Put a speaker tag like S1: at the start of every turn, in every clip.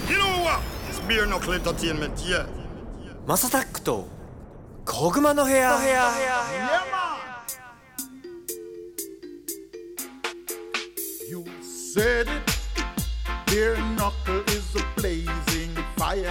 S1: You know what? It's Beer Knuckle Entertainment, yeah.
S2: マサタックと小熊の部屋。
S1: Yeah, man.
S3: You said it. Beer knuckle is a blazing fire.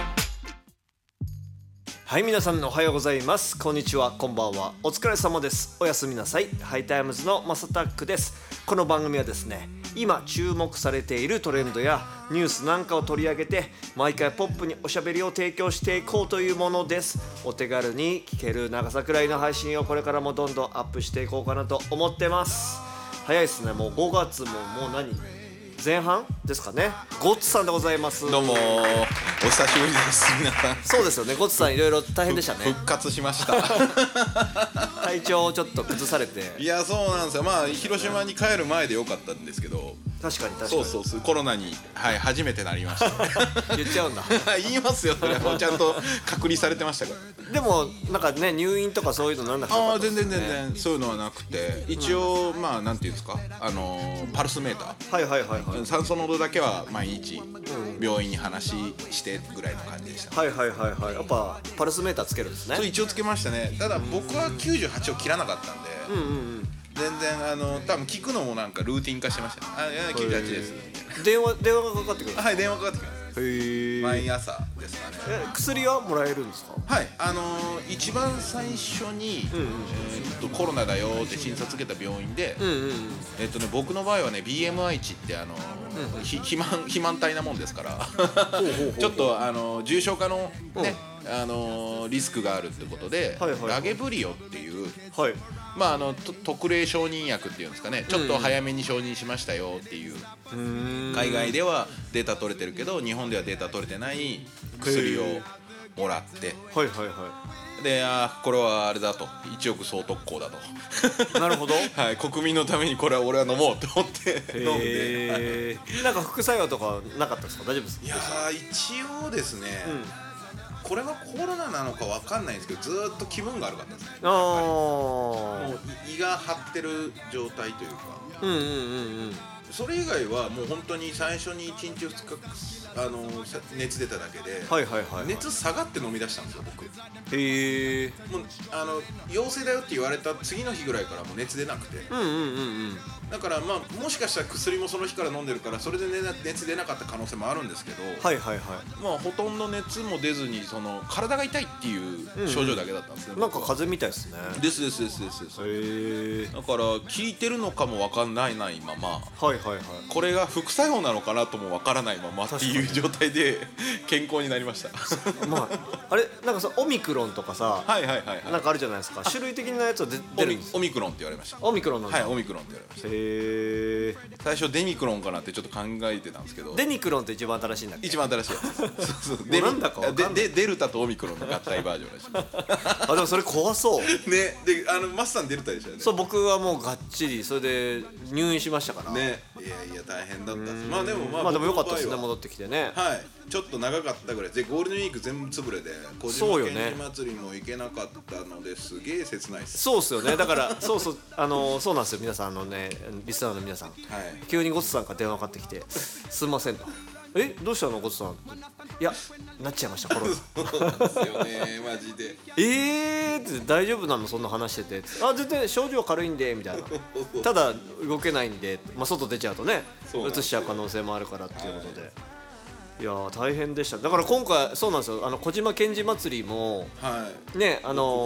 S2: はい、皆さんおはようございます。こんにちは、こんばんは。お疲れ様です。おやすみなさい。ハイタイムズのマサタックです。この番組はですね、今注目されているトレンドやニュースなんかを取り上げて、毎回ポップにおしゃべりを提供していこうというものです。お手軽に聞ける長さくらいの配信をこれからもどんどんアップしていこうかなと思ってます。早いですね。もう5月ももう前半ですかね。ゴッツさんでございます。
S4: どうもお久しぶりです皆さん。
S2: そうですよね。ゴッツさんいろいろ大変でしたね。
S4: 復活しました
S2: 体調をちょっと崩されて。
S4: いやそうなんですよ。まあ広島に帰る前でよかったんですけど、
S2: 確かに
S4: そうコロナに、はい、初めてなりました
S2: 言っちゃうんだ
S4: 言いますよ。それはちゃんと隔離されてましたから
S2: でもなんかね、入院とかそういうのなんなかったですね。
S4: 全然そういうのはなくて、一応、まあなんていうんですか、パルスメーター、
S2: はい
S4: 酸素濃度だけは毎日病院に話してぐらいの感じでした。
S2: はいやっぱパルスメーターつけるんですね。
S4: そう一応つけましたね。ただ僕は98を切らなかったんで、全然多分聞くのもなんかルーティン化してましたね。98ですみたいな。
S2: 電話がかかってくる。
S4: はい、電話かかってきます。
S2: へえ。
S4: 毎朝ですかね。
S2: 薬はもらえるんですか？
S4: はい、一番最初に、コロナだよって診察受けた病院で、僕の場合はね BMI 値って肥満体なもんですからちょっと重症化のね、リスクがあるってことで、ラゲブリオっていう、まあ特例承認薬っていうんですかね、ちょっと早めに承認しましたよっていう、海外ではデータ取れてるけど日本ではデータ取れてない薬をもらって、でこれはあれだと、1億総特効だと
S2: なるほど
S4: はい、国民のためにこれは俺は飲もうと思って飲んで
S2: なんか副作用とかなかったですか？大丈夫ですか？
S4: いや一応ですね、これがコロナなのか分かんないんですけど、ずーっと気分が悪かったですね。もう胃が張ってる状態というか、それ以外はもう本当に最初に1日2日熱出ただけで、熱下がって飲み出したんですよ僕。
S2: へえ。
S4: もう陽性だよって言われた次の日ぐらいからもう熱出なくて、だからまあもしかしたら薬もその日から飲んでるからそれで、熱出なかった可能性もあるんですけど、まあほとんど熱も出ずに体が痛いっていう症状だけだったんですね。
S2: なんか風邪みたいですね。
S4: です
S2: へえ。
S4: だから効いてるのかも分かんないまま、これが副作用なのかなとも分からないままっていう状態で健康になりました
S2: まああれなんかさ、オミクロンとかさ、なんかあるじゃないですか。種類的なやつは出るんです。
S4: オミクロンって言われました。
S2: オミクロンなんだ。
S4: はい、オミクロンって言われました。
S2: へえ。
S4: 最初デミクロンかなってちょっと考えてたんですけど、
S2: デミクロンって一番新しいんだっけ？
S4: 一番新しいやつそう
S2: なんだか分かんない。
S4: デルタとオミクロンの合体バージョンらしい
S2: でもそれ怖そう
S4: ね。でマスさんデルタでしたよね。
S2: そう、僕はもうがっちりそれで入院しましたから
S4: ね。いや大変だったんです。まあでも
S2: 良かったですね、戻ってきてね。
S4: はい、ちょっと長かったぐらいで、ゴールデンウィーク全部潰れで小島県人祭りも行けなかったのですげえ切ないです。
S2: そうっすよね。だからそうなんですよ。皆さんリスナーの皆さん、急にゴツさんから電話かかってきてすんませんと、どうしたのゴツさん。いや、なっちゃいましたコロナ。
S4: そうなんですよねマジで。
S2: って大丈夫なのそんな話してて、全然症状軽いんでみたいなただ動けないんで、外出ちゃうとねうつしちゃう可能性もあるからっていうことで、いや大変でした。だから今回そうなんですよ。小島県人祭りも、ね、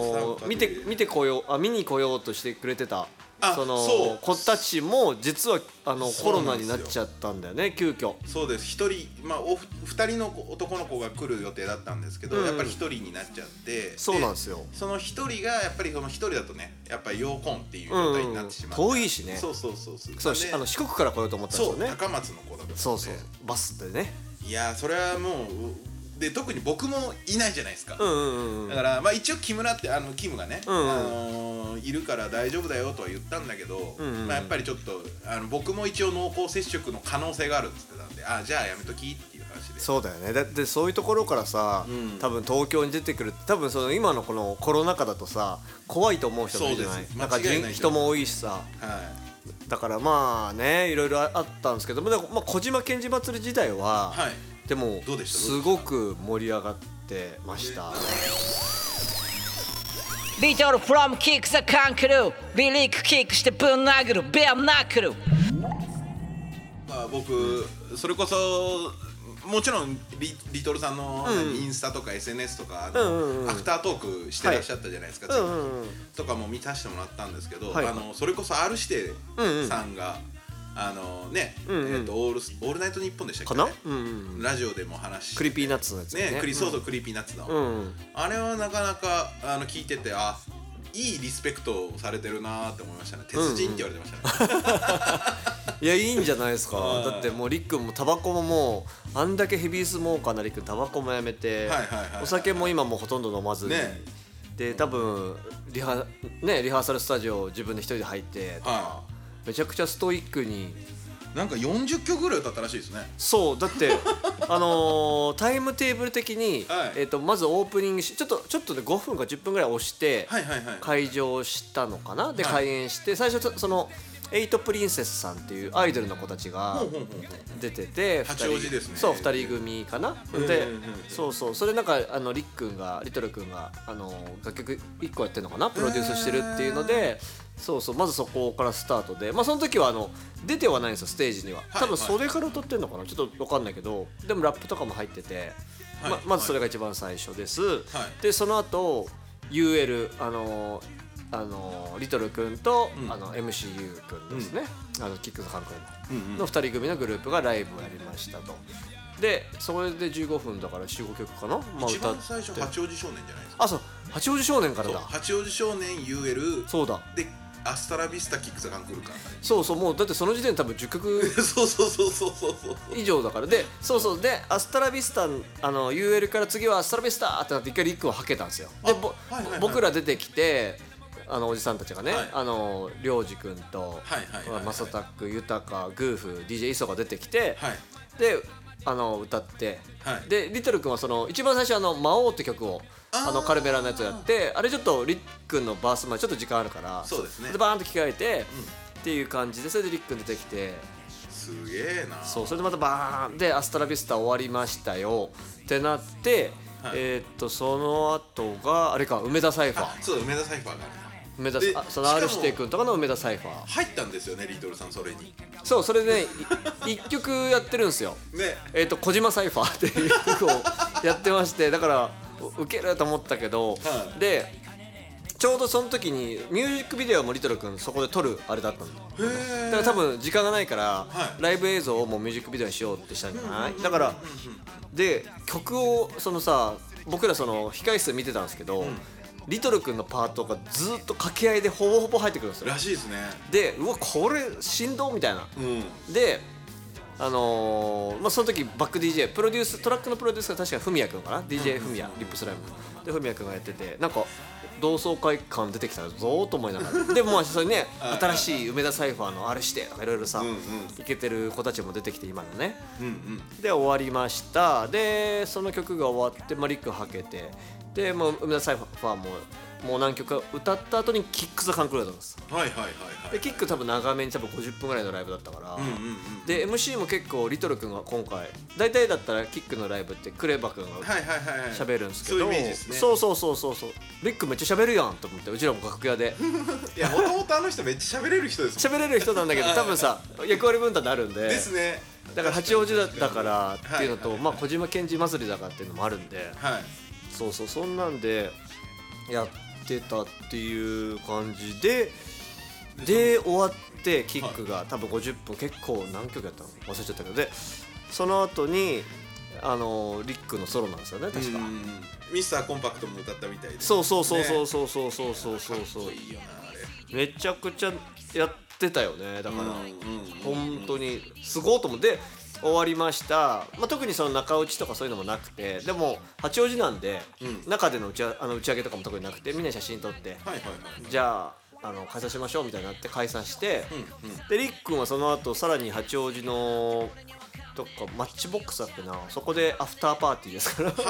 S2: 見に来ようとしてくれてた子たちも実はコロナになっちゃったんだよね、急遽。
S4: そうです。2人の男の子が来る予定だったんですけど、やっぱり1人になっちゃって、
S2: そうなんですよ。
S4: その1人がやっぱりその1人だとね、やっぱり要コンっていう状態になってしまって、
S2: 遠いしね。
S4: そう
S2: 四国から来ようと思ったんですよね。
S4: 高松の子だったんで、
S2: バスでね。
S4: いやそれはもうで、特に僕もいないじゃないですか。だから一応木村ってキムがね、いるから大丈夫だよとは言ったんだけど、やっぱりちょっと僕も一応濃厚接触の可能性があるって言ってたんで、じゃあやめときっていう話で。
S2: そうだよね。だってそういうところからさ、多分東京に出てくるって、多分今のこのコロナ禍だとさ怖いと思う人もいるじゃない。なんか人も多いしさ、だからまあね、いろいろあったんですけども、小島県人祭り自体は、 でも
S4: どうでした
S2: すごく盛り上がってました。
S5: リトルフロムキックザカンクルーリリックキックしてぶん殴るベアナックル。
S4: まあ僕それこそもちろんリトルさんのインスタとか SNS とかアフタートークしてらっしゃったじゃないですか、とかも見させてもらったんですけど、それこそ R 指定さんがオールナイトニッポンでしたっけね、ラジオでも話して
S2: クリーピーナッツのやつね、
S4: そうそうクリーピーナッツの、あれはなかなか聞いてていいリスペクトされてるなって思いましたね。鉄人って言われてましたね。
S2: いやいいんじゃないですか。だってもうりっくんもタバコももうあんだけヘビースモーカーなりっくんタバコもやめて、お酒も今もうほとんど飲まずに、で多分リハーサルスタジオ自分で一人で入ってとか、めちゃくちゃストイックに
S4: なんか40曲ぐらい歌ったらしいですね。
S2: そうだってタイムテーブル的に、まずオープニングちょっとね5分か10分ぐらい押して開場したのかな。で開演して最初そのエイトプリンセスさんっていうアイドルの子たちが出てて、
S4: 八王子ですね。
S2: そう2人組かな。でそうそれなんかリトル君が楽曲1個やってるのかな、プロデュースしてるっていうので、そうまずそこからスタートで、その時は出てはないんですよステージには。多分袖から撮ってるのかな、ちょっと分かんないけど、でもラップとかも入ってて、まずそれが一番最初です。でその後 ULリトル君と、MCU 君ですね、キックザカンクルの2人組のグループがライブをやりましたと。でそれで15分だから 4,5 曲かな、
S4: 一番最初八王子少年じゃないですか。
S2: あ、そう八王子少年からだ。
S4: 八王子少年 UL
S2: そうだ
S4: でアスタラビスタキックザカンクルから、
S2: そうもうだってその時点で多分10曲
S4: そう
S2: 以上だから。ででアスタラビスタUL から次はアスタラビスタってなって一回リックをはけたんですよ。で僕ら出てきておじさんたちがね、りょうじくんとマサタック、ユタカ、グーフ、DJ イソが出てきて、で歌って、でリトル君はその一番最初魔王って曲をカルベラのやつをやって、あれちょっとリックンのバースまでちょっと時間あるから、
S4: そうですね、
S2: でバーンと着替えて、っていう感じで、それでリックン出てきて、
S4: すげえな。
S2: それでまたバーンでアスタラビスタ終わりましたよってなって、その後があれか、梅田サイファー。
S4: そう梅田サイファーが
S2: その R 指定君とかの梅田サイファー
S4: 入ったんですよね、リトルさんそれに。
S2: それでね1曲やってるんですよ、小島サイファーっていう曲をやってまして、だからウケると思ったけど、でちょうどその時にミュージックビデオもリトル君そこで撮るあれだったんだ。だから多分時間がないから、ライブ映像をもうミュージックビデオにしようってしたんじゃない。だからで曲を僕ら控え室で見てたんですけど、リトル君のパートがずっと掛け合いでほぼほぼ入ってくるんですよ。
S4: らしいですね。
S2: でうわこれ振動みたいな、でその時バック DJ トラックのプロデュースが確かフミヤ君かな、 DJ フミヤリップスライムでフミヤ君がやってて、なんか同窓会感出てきたぞーと思いながらでもそれね新しい梅田サイファーのあれしてとかいろいろさ、イケてる子たちも出てきて今のね、で終わりました。でその曲が終わってリックはけて、でもう梅田サイファーもう何曲か歌った後にキックザカンクルだったんです。でキック多分長めに50分ぐらいのライブだったから、で MC も結構リトル君が今回大体だったらキックのライブってクレバ君が喋るんですけど、そういうイメージですね。そうリックめっちゃ喋るやんと思って、うちらも楽屋で
S4: いやもともとあの人めっちゃ喋れる人ですもん。
S2: 喋れる人なんだけど多分さ役割分担であるんで
S4: ですね。
S2: だから八王子だからっていうのと、小島健二祭りだからっていうのもあるんで、そんなんでやってたっていう感じで終わってキックが多分50分、結構何曲やったの忘れちゃったけど、でその後にリックのソロなんですよね確か。
S4: ミスターコンパクトも歌ったみたいで。
S2: そうめちゃくちゃやってたよね。だから本当にすごいと思って。終わりました。特にその中打ちとかそういうのもなくて、でも八王子なんで、中での打ち上げとかも特になくて、みんな写真撮って、じゃあ開催しましょうみたいになって解散して、でリックンはその後さらに八王子のとかマッチボックスだってな、そこでアフターパーティーですから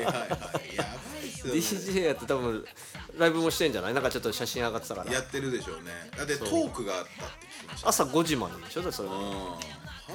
S2: DJ やって多分ライブもしてんじゃない？なんかちょっと写真上がってたから
S4: やってるでしょうね。だってトークがあったって聞きました。
S2: 朝5時まででしょ、それ
S4: 半端じゃない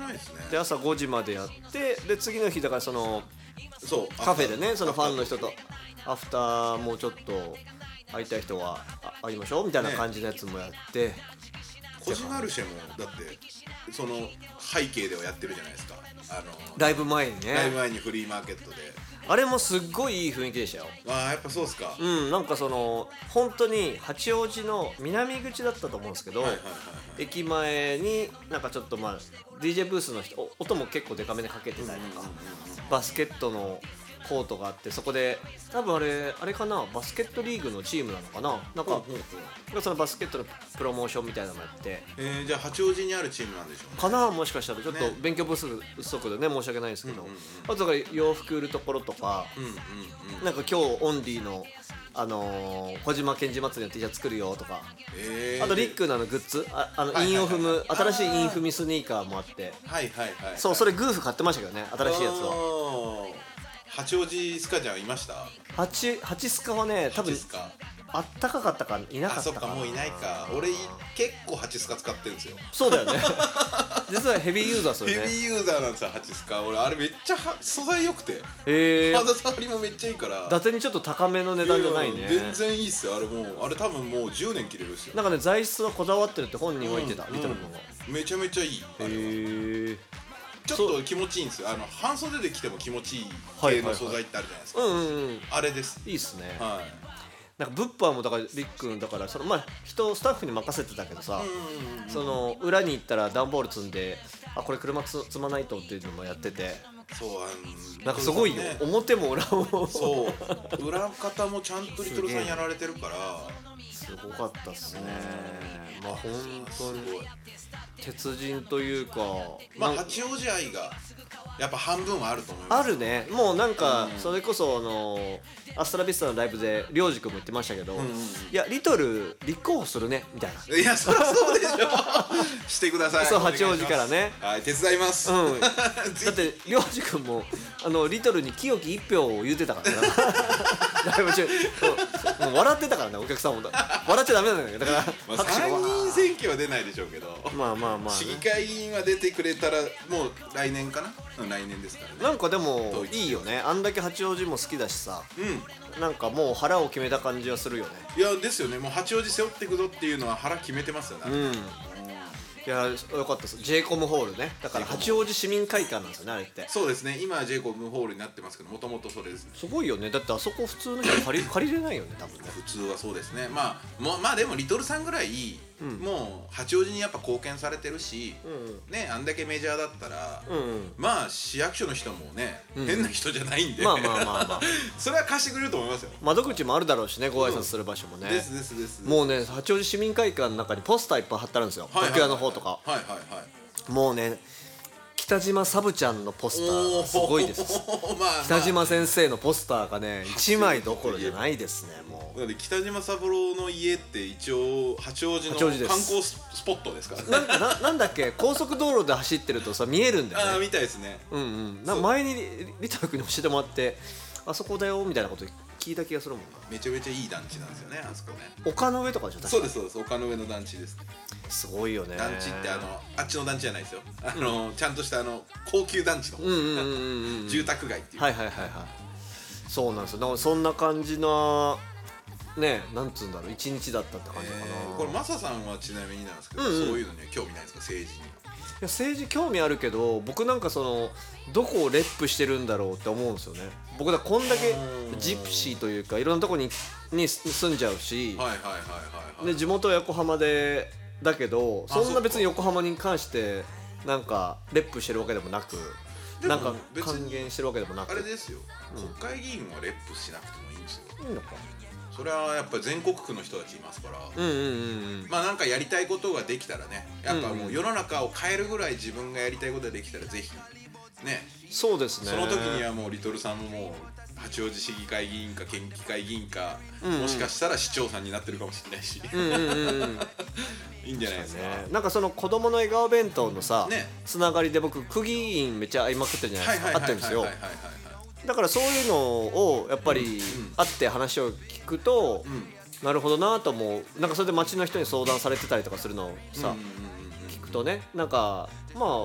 S4: ないですね。
S2: で朝5時までやってで次の日だからその
S4: そう
S2: カフェでねそのファンの人とアフターもうちょっと会いたい人は会いましょうみたいな感じのやつもやって、
S4: コジマルシェもだってその背景ではやってるじゃないですか。
S2: ライブ前に
S4: ライブ
S2: ね
S4: 前にフリーマーケットで。
S2: あれもすっごいいい雰囲気でしたよ。
S4: ああやっぱそうっすか。
S2: なんかその本当に八王子の南口だったと思うんですけど、
S4: はいはいはいはい
S2: 駅前になんかちょっとまあ DJ ブースの人音も結構デカめでかけてたりとか、バスケットのコートがあってそこで多分あれかなバスケットリーグのチームなのかななんかそのバスケットのプロモーションみたいなのやって、
S4: じゃあ八王子にあるチームなんでしょうね。
S2: かなもしかしたらちょっと勉強不足でね申し訳ないですけど、あとだから洋服売るところとか、なんか今日オンリーの小島健二祭りの T シャツ作るよとか、あとリックのグッズインを踏む新しいイン踏みスニーカーもあって、
S4: はいはいはい、
S2: そうそれグーフ買ってましたけどね新しいやつは。
S4: 八王子スカちゃんいました？
S2: 八スカはね多分あったかかったかいなかったかな。
S4: あそっかもういないか。俺結構八スカ使ってるんですよ。
S2: そうだよね実はヘビーユーザーですよね。
S4: ヘビーユーザーなんですよ八スカ。俺あれめっちゃ素材良くて肌触りもめっちゃいいから。
S2: 伊達にちょっと高めの値段じゃないね。
S4: 全然いいっすよ。あれ多分もう10年着れるっすよ。
S2: なんかね材質はこだわってるって本人は言ってた、リトルのが
S4: めちゃめちゃいい。ちょっと気持ちいいんですよ。半袖で着ても気持ちいい系の素材ってあるじゃないですか。あれです。
S2: いいっすね。
S4: はい。
S2: なんか物販もだからリックンだからそのまあスタッフに任せてたけどさ、その裏に行ったら段ボール積んでこれ車積まないとっていうのもやってて、
S4: そう
S2: なんかすごいよ、ね、表も裏も
S4: そう裏方もちゃんとリトルさんやられてるから
S2: すごかったっすね。まあ本当に鉄人というか、
S4: まあ八王子愛がやっぱ半分はあると思います。
S2: あるね。もうなんかそれこそアストラビスタのライブでりょうじくんも言ってましたけど、いやリトル立候補するねみたいな。
S4: いやそりゃそうでしょしてください。
S2: そう八王子からね。
S4: はい手伝います。
S2: だってりょうじくんもリトルに清き1票を言ってたからねライブ中もう笑ってたからねお客さんも笑っちゃダメなんだよだから
S4: 拍手が参議院選挙は出ないでしょうけど、
S2: まあ
S4: 市議会議員は出てくれたらもう来年かな。来年ですからね。
S2: なんかでもいいよね。あんだけ八王子も好きだしさ、なんかもう腹を決めた感じはするよね。
S4: いやですよね。もう八王子背負っていくぞっていうのは腹決めてますよね。
S2: いやよかったです。 J コムホールね。だから八王子市民会館なんですよねあれって。
S4: そうですね。今は J コムホールになってますけどもともとそれですね。
S2: すごいよね。だってあそこ普通の人借りれないよね多分ね。
S4: 普通はそうですね。まあでもリトルさんぐらい、もう八王子にやっぱ貢献されてるし、ねあんだけメジャーだったら、まあ市役所の人もね、変な人じゃないんで、
S2: まあ
S4: それは貸してくれると思いますよ。
S2: 窓口もあるだろうしねご挨拶する場所もね。
S4: です
S2: もうね八王子市民会館の中にポスターいっぱい貼ってあるんですよ。楽屋の方とか。もうね北島サブちゃんのポスターすごいです北島先生のポスターがね1枚どころじゃないですね。もう
S4: 北島三郎の家って一応八王子の観光スポットですから
S2: なんだっけ高速道路で走ってるとさ見えるんだよね。
S4: みたいですね。
S2: 前にリトル君に教えてもらってあそこだよみたいなこと聞いた気がするもんな。
S4: めちゃめちゃいい団地なんですよねあそこね。
S2: 丘の上とかでしょ。
S4: そうです丘の上の団地です。
S2: すごいよね。
S4: 団地ってあっちの団地じゃないですよ。ちゃんとした高級団地の住宅街っていう。
S2: そうなんですよ。だからそんな感じなねなんつうんだろう一日だったって感じかな。
S4: これマサさんはちなみになんですけど、そういうのには興味ないですか政治に。
S2: いや政治興味あるけど僕なんかどこをレップしてるんだろうって思うんですよね。僕だこんだけジプシーというかいろんなとこに住んじゃうし、で地元は横浜だけどそんな別に横浜に関してなんかレップしてるわけでもなくなんか還元してるわけでもなく
S4: あれですよ、国会議員はレップしなくてもいいんですよ。いいのか。それはやっぱり全国区の人たちいますから、まあなんかやりたいことができたらねやっぱもう世の中を変えるぐらい自分がやりたいことができたらぜひね。
S2: そうですね。
S4: その時にはもうリトルさんももう八王子市議会議員か県議会議員か、もしかしたら市長さんになってるかもしれないしいいんじゃないですか。
S2: なんか子供の笑顔弁当のさつながりで僕区議員めっちゃ会いまくってるじゃないですか。会ってるんですよ。だからそういうのをやっぱり会って話を聞くと、なるほどなと思う。なんかそれで町の人に相談されてたりとかするのをさ、聞くとねなんかまあ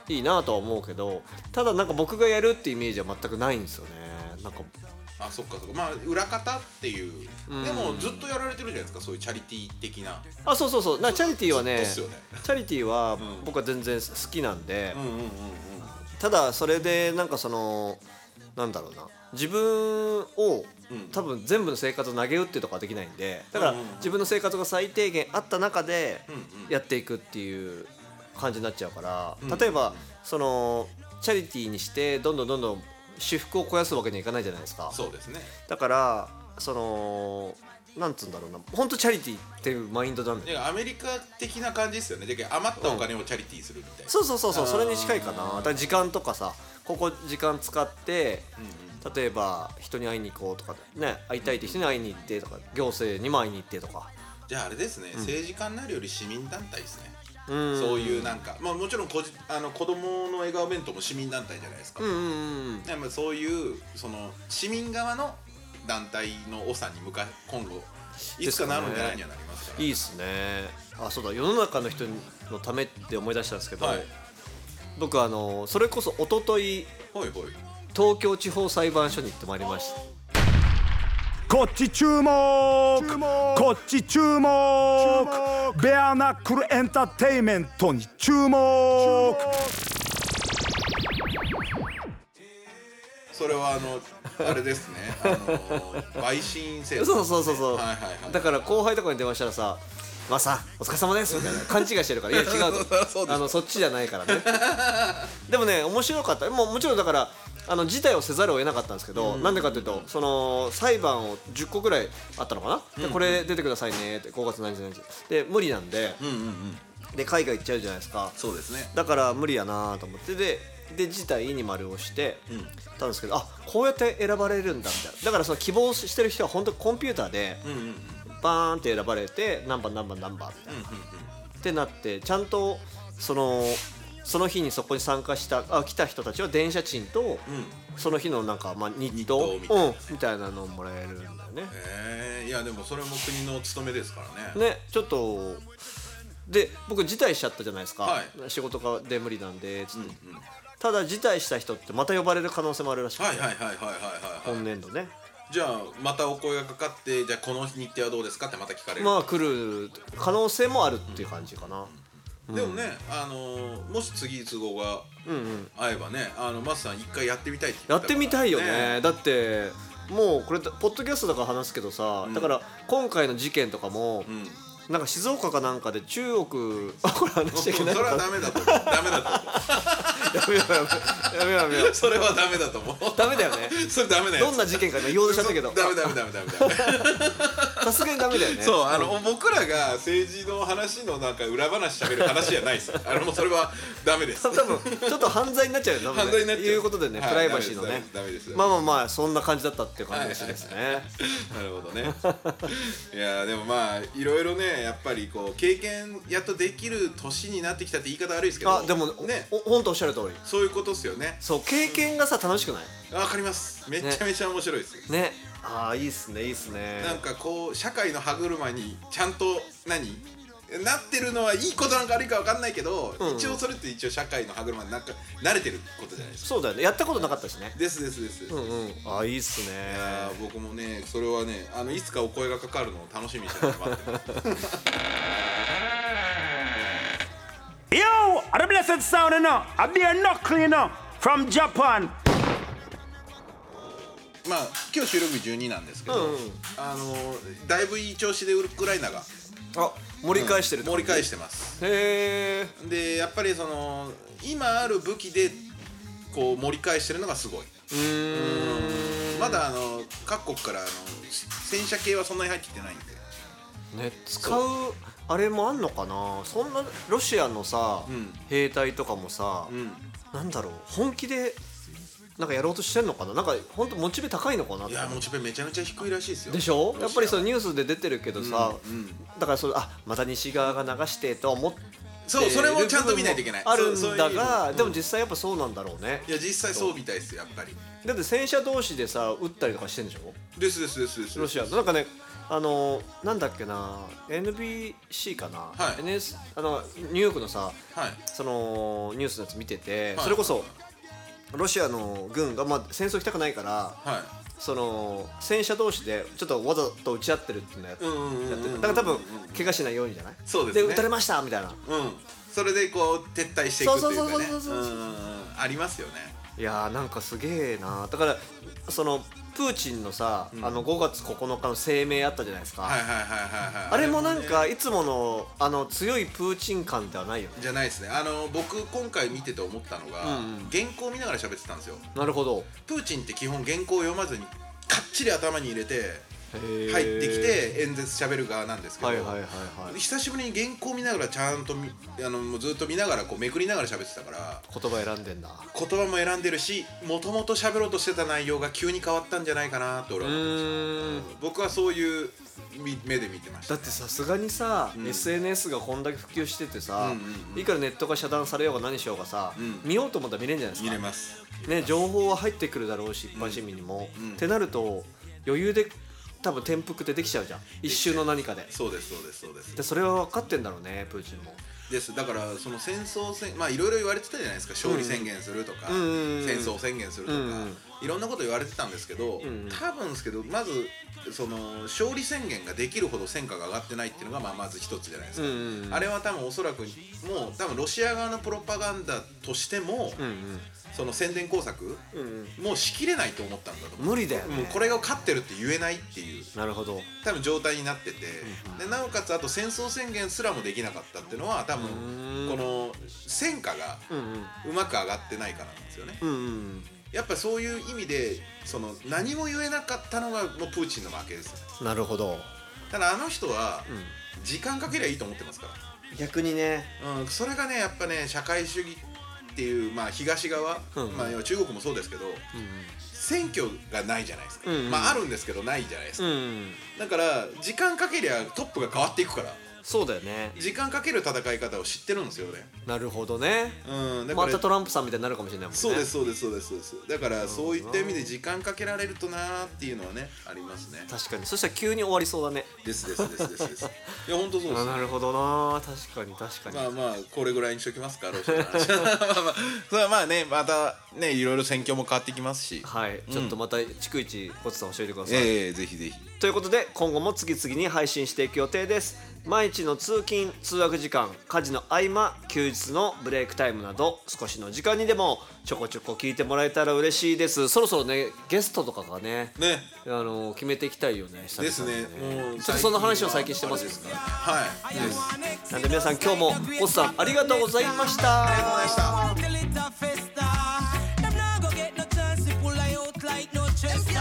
S2: いいなとは思うけど、ただなんか僕がやるってイメージは全くないんですよね。なんか
S4: あ、そっかそっか。まあ裏方っていう、でもずっとやられてるじゃないですか、そういうチャリティー的な。
S2: あ、そうそうそう、チャリティーはね、
S4: ずっとっすよね
S2: チャリティーは僕は全然好きなんで、
S4: うんうんうんうん。
S2: ただそれでなんかそのなんだろうな、自分を多分全部の生活を投げ打ってとかはできないんで、だから自分の生活が最低限あった中でやっていくっていう感じになっちゃうから、例えばそのチャリティーにしてどんどん私服を肥やすわけにはいかないじゃないですか。
S4: そうですね。
S2: だからそのなんつうんだろうな、本当チャリティーっていうマインドなんで、
S4: アメリカ的な感じですよね。で余ったお金をチャリティーするみたいな。
S2: そうそれに近いかな。だから時間とかさ、ここ時間使って、例えば人に会いに行こうとかね、会いたいって人に会いに行ってとか、行政にも会いに行ってとか。
S4: じゃああれですね、政治家になるより市民団体ですね。
S2: そう
S4: いうなんか、まあもちろん子供の笑顔弁当も市民団体じゃないですか。でもそういうその市民側の団体の長に今後いつかなるんじゃないにはなりますから。
S2: いいっすね。あ、そうだ、世の中の人のためって思い出したんですけど、僕それこそ一昨日東京地方裁判所に行ってまいりました。
S3: こっち注目、こっち注目、ベアナックルエンターテイメントに注目。
S4: それはあれですね、陪審制度。
S2: そうだから後輩とかに電話したらさ、マスさんお疲れ様ですみたいな勘違いしてるから、いや違うとそっちじゃないからね。でもね、面白かった。もちろんだから辞退をせざるを得なかったんですけど、なんでかというと、その裁判を10個ぐらいあったのかな、でこれ出てくださいねって、5月何日で無理なんで、で海外行っちゃうじゃないですか。
S4: そうですね。
S2: だから無理やなと思って、で辞退に丸をしてたんですけど、あ、こうやって選ばれるんだみたいな。だからその希望してる人は本当にコンピューターでバーンって選ばれて、何番みたいなってなって、ちゃんとその日にそこに参加した来た人たちは電車賃と、その日のなんか日当みたいなのをもらえるんだよね。
S4: いやでもそれも国の務めですからね。
S2: ちょっとで僕辞退しちゃったじゃないですか、仕事がで無理なんでつって、ただ辞退した人ってまた呼ばれる可能性もあるらしくて、今年度ね。
S4: じゃあまたお声がかかって、じゃあこの日程はどうですかってまた聞かれる。
S2: 来る可能性もあるっていう感じかな。
S4: でもね、もし次都合が合えばね、マスさん一回やってみたいって言ってたからね。
S2: やってみたいよね。だってもうこれポッドキャストだから話すけどさ、だから今回の事件とかも、なんか静岡かなんかで中国これ話しちゃいけないのかな。
S4: それはダメだと思う。ダメだと思う。
S2: やめよう。
S4: それはダメだと思う。
S2: ダメだよね。
S4: それダメだよ。
S2: どんな事件か今言おうとしちゃったけど。
S4: ダメ。
S2: さすがにダメだよね。
S4: そう、僕らが政治の話のなんか裏話喋る話じゃないです。もうそれはダメです。
S2: 多分ちょっと犯罪になっちゃうよ。
S4: 犯罪になっちゃう。
S2: いうことでね、プライバシーのね。
S4: ダメです。
S2: まあそんな感じだったっていう感じですね。
S4: なるほどね。いやでもいろいろね、やっぱりこう経験やっとできる年になってきたって言い方悪いですけど。
S2: でもね、本当おっしゃる通り。
S4: そういうことっすよね。
S2: そう、経験がさ楽しくない？
S4: わかります。めちゃめちゃ面白いです
S2: ね。いいっすね。
S4: なんかこう社会の歯車にちゃんとなってるのはいいことなんか悪いか分かんないけど、一応それって社会の歯車に慣れてることじゃないですか。
S2: そうだよね。やったことなかったしね。
S4: です。
S2: いいっすね。
S4: いや僕もね、それはね、いつかお声がかかるのを楽しみにして待ってます。
S6: Yo, I'm the blessed sound, you know. I be a knuckle, you know, from Japan.
S4: 今日収録日12なんですけど、だいぶいい調子でウクライナが
S2: 盛り返してる。
S4: 盛り返してます。
S2: へえ。
S4: でやっぱりその今ある武器でこう盛り返してるのがすごい。まだ各国から戦車系はそんなに入ってきてないんで。
S2: ね、使うあれもあんのかな。そんなロシアのさ、兵隊とかもさ、なんだろう、本気でなんかやろうとしてんのかな。なんか本当モチベ高いのかな。
S4: いやモチベめちゃめちゃ低いらしいですよ。
S2: でしょ。やっぱりそのニュースで出てるけどさ、だからまた西側が流してと思って
S4: そうそれもちゃんと見ないといけない
S2: あるんだ
S4: そう
S2: が、でも実際やっぱそうなんだろうね。
S4: いや実際そうみたいですよやっぱり。
S2: だって戦車同士でさ撃ったりとかしてんでしょ、
S4: です
S2: ロシアなんかね。なんだっけな NBC かな、
S4: はい、
S2: NS ニューヨークのさ、
S4: はい、
S2: そのニュースのやつ見てて、
S4: はい、
S2: それこそロシアの軍が、まあ、戦争行きたくないから、
S4: はい、
S2: その戦車同士でちょっとわざと撃ち合ってるっていうのやってて、だから多分怪我しないようにじゃない。
S4: そうですね。
S2: で撃たれましたみたいな、
S4: それでこう撤退していくっていうかね、
S2: そう
S4: ありますよね。
S2: いやーなんかすげえな。だからそのプーチンのさ、5月9日の声明あったじゃないですか。あれもなんかいつもの強いプーチン感ではないよね。
S4: じゃないですね。僕今回見てて思ったのが、原稿を見ながら喋ってたんですよ。
S2: なるほど。
S4: プーチンって基本原稿を読まずにかっちり頭に入れて入ってきて演説喋る側なんですけど、久しぶりに原稿を見ながらちゃんともうずっと見ながらこうめくりながら喋ってたから、
S2: 言葉選んでんだ。
S4: 言葉も選んでるし、もともと喋ろうとしてた内容が急に変わったんじゃないかなって俺は思ってました。僕はそういう目で見てました、ね。
S2: だってさすがにさ、SNS がこんだけ普及しててさ、いくらネットが遮断されようが何しようがさ、見ようと思ったら見れるんじゃないですか。
S4: 見れます
S2: ね、情報は入ってくるだろうし、一般市民にも、ってなると余裕で多分転覆ってできちゃうじゃん、一瞬の何かで。
S4: そうです。
S2: でそれは分かってんだろうね、プーチンも。
S4: ですだからその戦争まあいろいろ言われてたじゃないですか。勝利宣言するとか、戦争宣言するとか、いろんなこと言われてたんですけど、多分ですけどまずその勝利宣言ができるほど戦果が上がってないっていうのがまず一つじゃないですか。あれは多分おそらくもう多分ロシア側のプロパガンダとしても、その宣伝工作、もうしきれないと思ったんだと思う。
S2: 無理だよね。
S4: もうこれが勝ってるって言えないっていう、
S2: なるほど、
S4: 多分状態になってて、でなおかつあと戦争宣言すらもできなかったっていうのは多分この戦果がうまく上がってないからなんですよね。やっぱそういう意味でその何も言えなかったのがもうプーチンの負けですよね。
S2: なるほど。
S4: ただあの人は時間かけりゃいいと思ってますから。
S2: 逆にね、
S4: それがねやっぱね社会主義っていう、まあ東側、まあ中国もそうですけど、選挙がないじゃないですか。まああるんですけどないじゃないですか。だから時間かけりゃトップが変わっていくから。
S2: そうだよね。
S4: 時間かける戦い方を知ってるんですよね。
S2: なるほどね。
S4: だから
S2: またトランプさんみたいになるかもしれないもんね。
S4: そうです。だからそういった意味で時間かけられるとなーっていうのはねありますね。
S2: 確かに。そしたら急に終わりそうだね。
S4: ですいや本当そうです。
S2: なるほどな。確かに。
S4: まあこれぐらいにしときますか、ロシアの話。それはまあね、またねいろいろ戦況も変わってきますし、
S2: はい、ちょっとまた逐一ゴツさん教えてください。
S4: ぜひ
S2: ということで今後も次々に配信していく予定です。毎日の通勤通学時間、家事の合間、休日のブレイクタイムなど少しの時間にでもちょこちょこ聞いてもらえたら嬉しいです。そろそろねゲストとかがね決めていきたいよね。久々にね。ちょっとその話を最近してますですから。
S4: はい。
S2: なんで皆さん今日もゴツさんありがとうございました。
S4: ありがとうございました。